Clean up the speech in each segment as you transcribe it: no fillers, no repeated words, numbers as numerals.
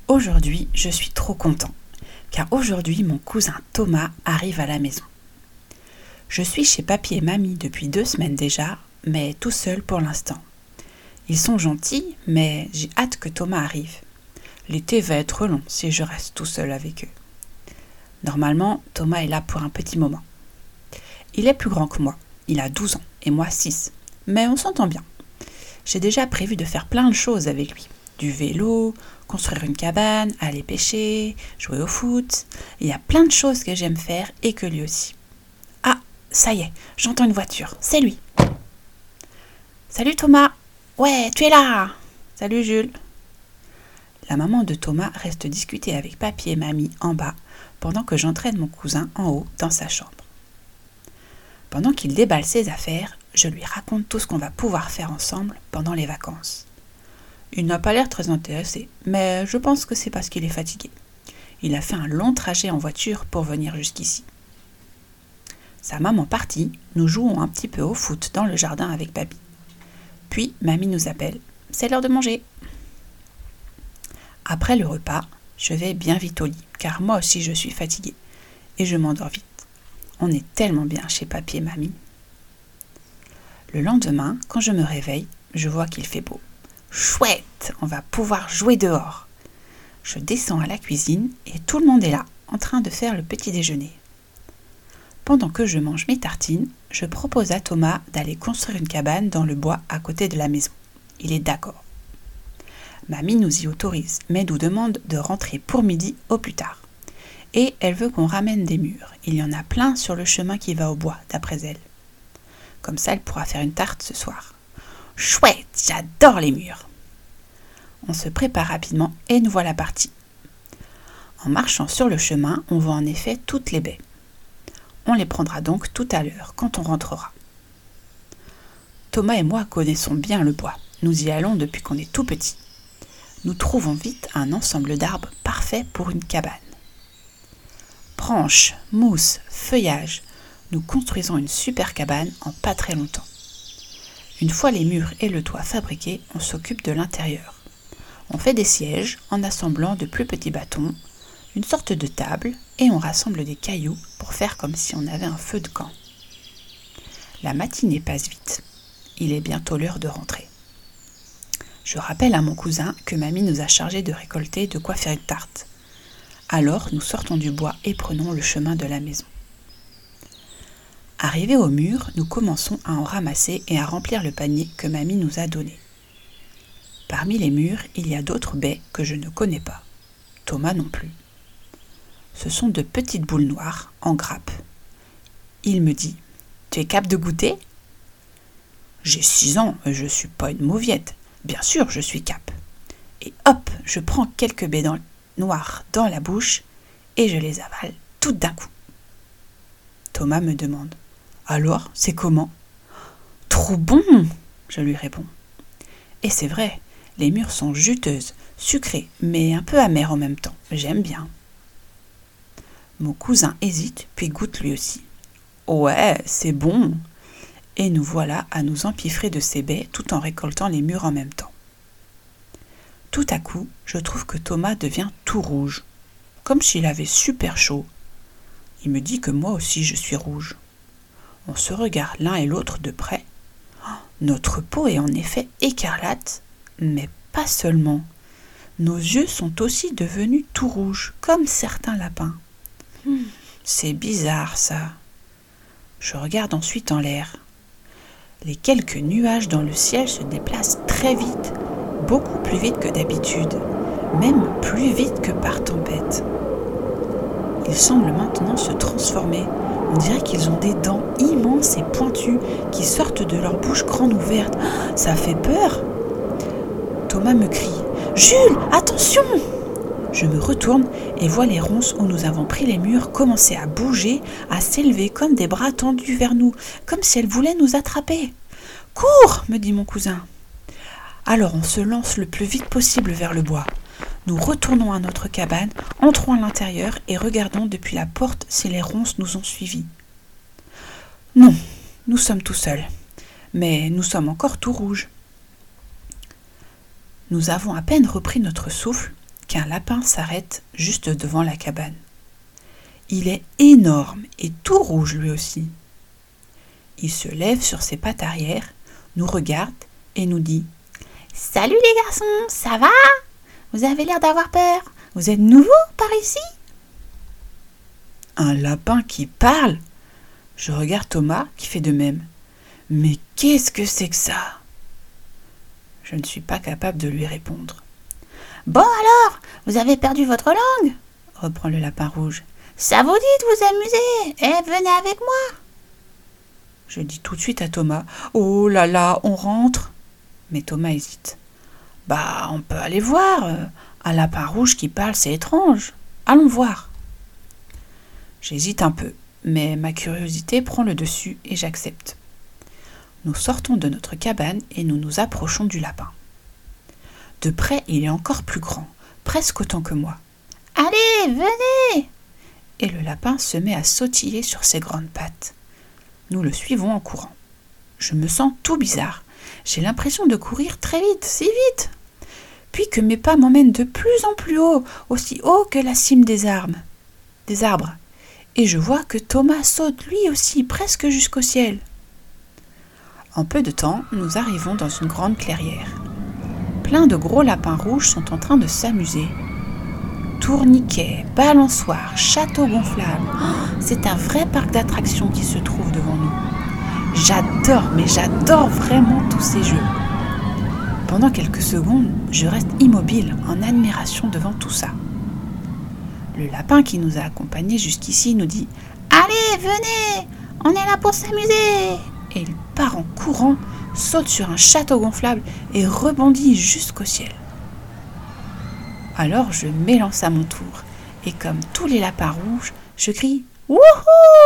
Aujourd'hui, je suis trop content, car aujourd'hui, mon cousin Thomas arrive à la maison. Je suis chez papy et mamie depuis 2 semaines déjà, mais tout seul pour l'instant. Ils sont gentils, mais j'ai hâte que Thomas arrive. L'été va être long si je reste tout seul avec eux. Normalement, Thomas est là pour un petit moment. Il est plus grand que moi, il a 12 ans et moi 6, mais on s'entend bien. J'ai déjà prévu de faire plein de choses avec lui. Du vélo, construire une cabane, aller pêcher, jouer au foot. Il y a plein de choses que j'aime faire et que lui aussi. Ah, ça y est, j'entends une voiture, c'est lui. Salut Thomas. Ouais, tu es là. Salut Jules. La maman de Thomas reste discuter avec papy et mamie en bas pendant que j'entraîne mon cousin en haut dans sa chambre. Pendant qu'il déballe ses affaires, je lui raconte tout ce qu'on va pouvoir faire ensemble pendant les vacances. Il n'a pas l'air très intéressé, mais je pense que c'est parce qu'il est fatigué. Il a fait un long trajet en voiture pour venir jusqu'ici. Sa maman partie, nous jouons un petit peu au foot dans le jardin avec papy. Puis mamie nous appelle, c'est l'heure de manger. Après le repas, je vais bien vite au lit, car moi aussi je suis fatiguée, et je m'endors vite. On est tellement bien chez papy et mamie. Le lendemain, quand je me réveille, je vois qu'il fait beau. Chouette, on va pouvoir jouer dehors. Je descends à la cuisine et tout le monde est là, en train de faire le petit déjeuner. Pendant que je mange mes tartines, je propose à Thomas d'aller construire une cabane dans le bois à côté de la maison. Il est d'accord. Mamie nous y autorise, mais nous demande de rentrer pour midi au plus tard. Et elle veut qu'on ramène des mûres. Il y en a plein sur le chemin qui va au bois, d'après elle. Comme ça, elle pourra faire une tarte ce soir. Chouette, j'adore les mûres. On se prépare rapidement et nous voilà partis. En marchant sur le chemin, on voit en effet toutes les baies. On les prendra donc tout à l'heure, quand on rentrera. Thomas et moi connaissons bien le bois. Nous y allons depuis qu'on est tout petit. Nous trouvons vite un ensemble d'arbres parfait pour une cabane. Branches, mousse, feuillage, nous construisons une super cabane en pas très longtemps. Une fois les murs et le toit fabriqués, on s'occupe de l'intérieur. On fait des sièges en assemblant de plus petits bâtons, une sorte de table, et on rassemble des cailloux pour faire comme si on avait un feu de camp. La matinée passe vite. Il est bientôt l'heure de rentrer. Je rappelle à mon cousin que mamie nous a chargés de récolter de quoi faire une tarte. Alors nous sortons du bois et prenons le chemin de la maison. Arrivés au mur, nous commençons à en ramasser et à remplir le panier que mamie nous a donné. Parmi les murs, il y a d'autres baies que je ne connais pas. Thomas non plus. Ce sont de petites boules noires en grappes. Il me dit « Tu es capable de goûter ?» J'ai 6 ans, je suis pas une mauviette. Bien sûr, je suis cap. Et hop, je prends quelques baies noires dans la bouche et je les avale toutes d'un coup. Thomas me demande « Alors, c'est comment ?»« Trop bon !» je lui réponds. Et c'est vrai, les mûres sont juteuses, sucrées, mais un peu amères en même temps. J'aime bien. Mon cousin hésite, puis goûte lui aussi. « Ouais, c'est bon !» Et nous voilà à nous empiffrer de ces baies tout en récoltant les mûres en même temps. Tout à coup, je trouve que Thomas devient tout rouge, comme s'il avait super chaud. Il me dit que moi aussi je suis rouge. On se regarde l'un et l'autre de près. Notre peau est en effet écarlate, mais pas seulement. Nos yeux sont aussi devenus tout rouges, comme certains lapins. C'est bizarre ça. Je regarde ensuite en l'air. Les quelques nuages dans le ciel se déplacent très vite, beaucoup plus vite que d'habitude, même plus vite que par tempête. Ils semblent maintenant se transformer. On dirait qu'ils ont des dents immenses et pointues qui sortent de leur bouche grande ouverte. Ça fait peur. Thomas me crie « Jules, attention !» Je me retourne et vois les ronces où nous avons pris les murs commencer à bouger, à s'élever comme des bras tendus vers nous, comme si elles voulaient nous attraper. « Cours !» me dit mon cousin. Alors on se lance le plus vite possible vers le bois. Nous retournons à notre cabane, entrons à l'intérieur et regardons depuis la porte si les ronces nous ont suivis. Non, nous sommes tout seuls, mais nous sommes encore tout rouges. Nous avons à peine repris notre souffle qu'un lapin s'arrête juste devant la cabane. Il est énorme et tout rouge lui aussi. Il se lève sur ses pattes arrière, nous regarde et nous dit « Salut les garçons, ça va? Vous avez l'air d'avoir peur. Vous êtes nouveaux par ici ?» Un lapin qui parle? Je regarde Thomas qui fait de même. Mais qu'est-ce que c'est que ça? Je ne suis pas capable de lui répondre. Bon alors, vous avez perdu votre langue? Reprend le lapin rouge. Ça vous dit de vous amuser? Eh, venez avec moi. Je dis tout de suite à Thomas. Oh là là, on rentre? Mais Thomas hésite. Bah, on peut aller voir. Un lapin rouge qui parle, c'est étrange. Allons voir. J'hésite un peu, mais ma curiosité prend le dessus et j'accepte. Nous sortons de notre cabane et nous nous approchons du lapin. De près, il est encore plus grand, presque autant que moi. « Allez, venez !» Et le lapin se met à sautiller sur ses grandes pattes. Nous le suivons en courant. Je me sens tout bizarre. J'ai l'impression de courir très vite, si vite. Puis que mes pas m'emmènent de plus en plus haut, aussi haut que la cime des arbres. Et je vois que Thomas saute lui aussi presque jusqu'au ciel. En peu de temps, nous arrivons dans une grande clairière. Plein de gros lapins rouges sont en train de s'amuser. Tourniquets, balançoires, châteaux gonflables. C'est un vrai parc d'attractions qui se trouve devant nous. J'adore vraiment tous ces jeux. Pendant quelques secondes, je reste immobile en admiration devant tout ça. Le lapin qui nous a accompagnés jusqu'ici nous dit « Allez, venez, on est là pour s'amuser !» Et il part en courant, saute sur un château gonflable et rebondit jusqu'au ciel. Alors je m'élance à mon tour, et comme tous les lapins rouges, je crie « Wouhou !»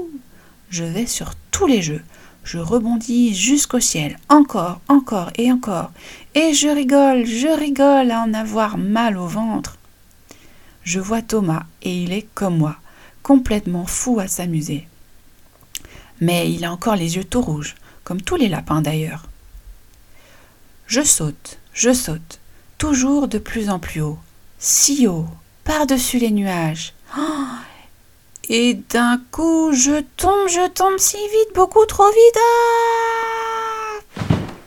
Je vais sur tous les jeux, je rebondis jusqu'au ciel, encore et je rigole à en avoir mal au ventre. Je vois Thomas, et il est comme moi, complètement fou à s'amuser. Mais il a encore les yeux tout rouges, comme tous les lapins d'ailleurs. Je saute, toujours de plus en plus haut, si haut, par-dessus les nuages. Oh, et d'un coup, je tombe si vite, beaucoup trop vite. Ah!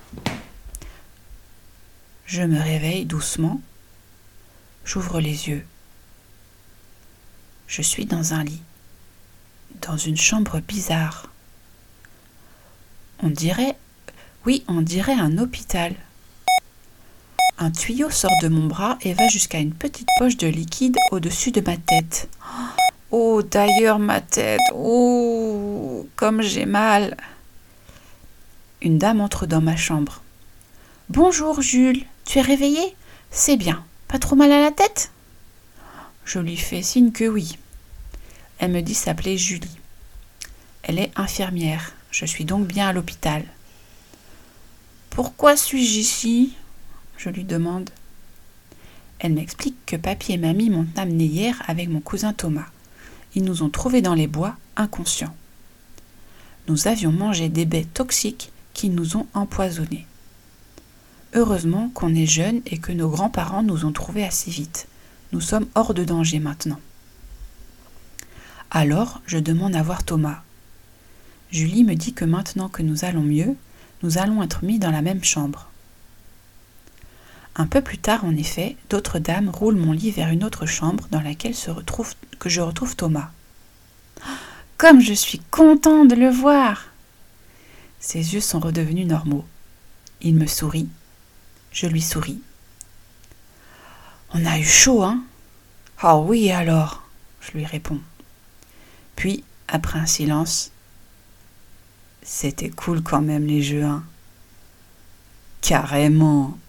Je me réveille doucement, j'ouvre les yeux. Je suis dans un lit, dans une chambre bizarre. On dirait un hôpital. Un tuyau sort de mon bras et va jusqu'à une petite poche de liquide au-dessus de ma tête. Oh, d'ailleurs ma tête, oh, comme j'ai mal. Une dame entre dans ma chambre. Bonjour Jules, tu es réveillé? C'est bien, pas trop mal à la tête? Je lui fais signe que oui. Elle me dit s'appeler Julie. Elle est infirmière. Je suis donc bien à l'hôpital. Pourquoi suis-je ici? Je lui demande. Elle m'explique que papy et mamie m'ont amené hier avec mon cousin Thomas. Ils nous ont trouvés dans les bois, inconscients. Nous avions mangé des baies toxiques qui nous ont empoisonnés. Heureusement qu'on est jeunes et que nos grands-parents nous ont trouvés assez vite. Nous sommes hors de danger maintenant. Alors, je demande à voir Thomas. Julie me dit que maintenant que nous allons mieux, nous allons être mis dans la même chambre. Un peu plus tard, en effet, d'autres dames roulent mon lit vers une autre chambre dans laquelle je retrouve Thomas. Comme je suis content de le voir! Ses yeux sont redevenus normaux. Il me sourit. Je lui souris. On a eu chaud, hein? Ah oui, alors, je lui réponds. Puis, après un silence, c'était cool quand même les jeux, hein? Carrément!